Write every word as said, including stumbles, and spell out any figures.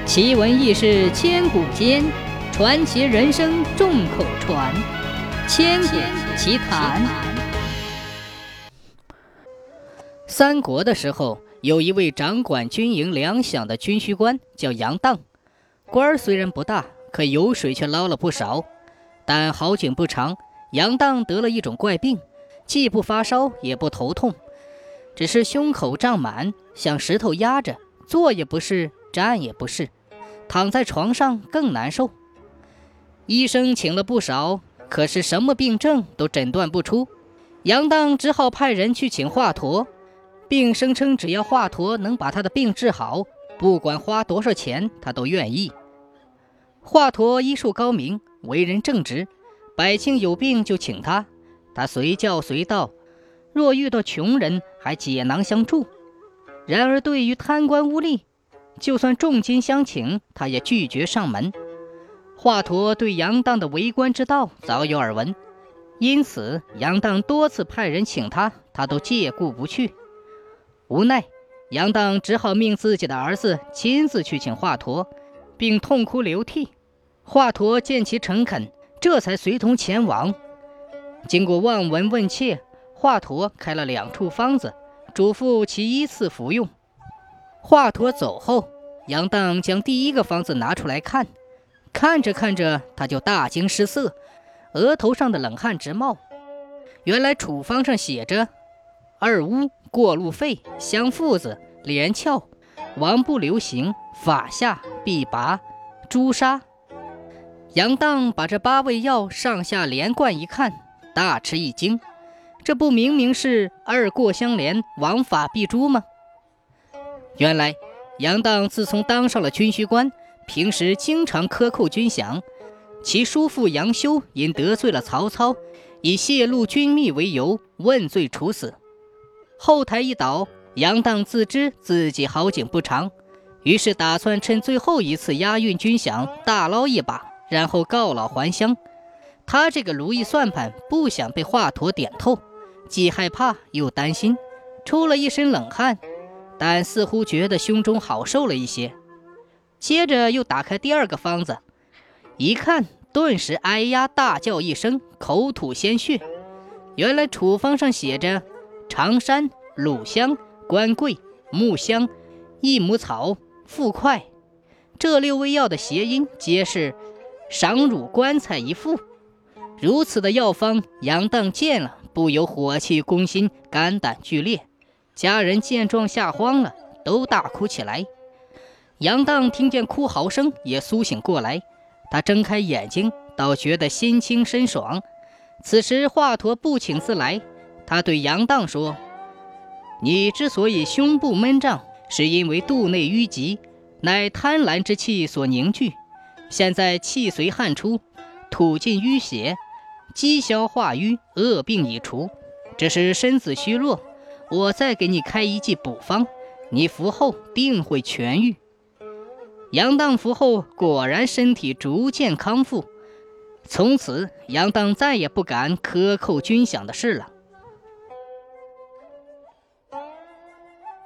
奇闻异事千古间，传奇人生众口传。千古奇谈。三国的时候，有一位掌管军营粮饷的军需官，叫杨荡。官儿虽然不大，可油水却捞了不少。但好景不长，杨荡得了一种怪病，既不发烧也不头痛，只是胸口胀满，像石头压着，坐也不是，站也不是，躺在床上更难受。医生请了不少，可是什么病症都诊断不出。杨荡只好派人去请华佗，并声称只要华佗能把他的病治好，不管花多少钱他都愿意。华佗医术高明，为人正直，百姓有病就请他，他随叫随到，若遇到穷人还解囊相助。然而对于贪官污吏，就算重金相请，他也拒绝上门。华佗对杨荡的为官之道早有耳闻，因此杨荡多次派人请他，他都借故不去。无奈杨荡只好命自己的儿子亲自去请华佗，并痛哭流涕。华佗见其诚恳，这才随同前往。经过望闻问切，华佗开了两处方子，嘱咐其依次服用。华佗走后，杨荡将第一个方子拿出来看，看着看着他就大惊失色，额头上的冷汗直冒。原来处方上写着二乌、过路费、香附子、连翘、王不留行、法下、必拔、朱砂。杨荡把这八味药上下连贯一看，大吃一惊，这不明明是二过相连，王法必诛吗？原来杨荡自从当上了军需官，平时经常克扣军饷，其叔父杨修因得罪了曹操，以泄露军密为由问罪处死。后台一倒，杨荡自知自己好景不长，于是打算趁最后一次押运军饷大捞一把，然后告老还乡。他这个如意算盘不想被华佗点透，既害怕又担心，出了一身冷汗，但似乎觉得胸中好受了一些。接着又打开第二个方子，一看顿时哎呀大叫一声，口吐鲜血。原来处方上写着长山、鲁香、官桂、木香、益母草、附块，这六味药的谐音皆是赏汝棺材一副。如此的药方，杨荡见了不由火气攻心，肝胆俱裂。家人见状吓慌了，都大哭起来。杨荡听见哭嚎声也苏醒过来，他睁开眼睛，倒觉得心清身爽。此时华佗不请自来，他对杨荡说：你之所以胸部闷胀，是因为肚内淤积，乃贪婪之气所凝聚，现在气随汗出，吐尽淤血，积消化瘀，恶病已除。只是身子虚弱，我再给你开一剂补方，你服后定会痊愈。杨荡服后果然身体逐渐康复，从此杨荡再也不敢克扣军饷的事了。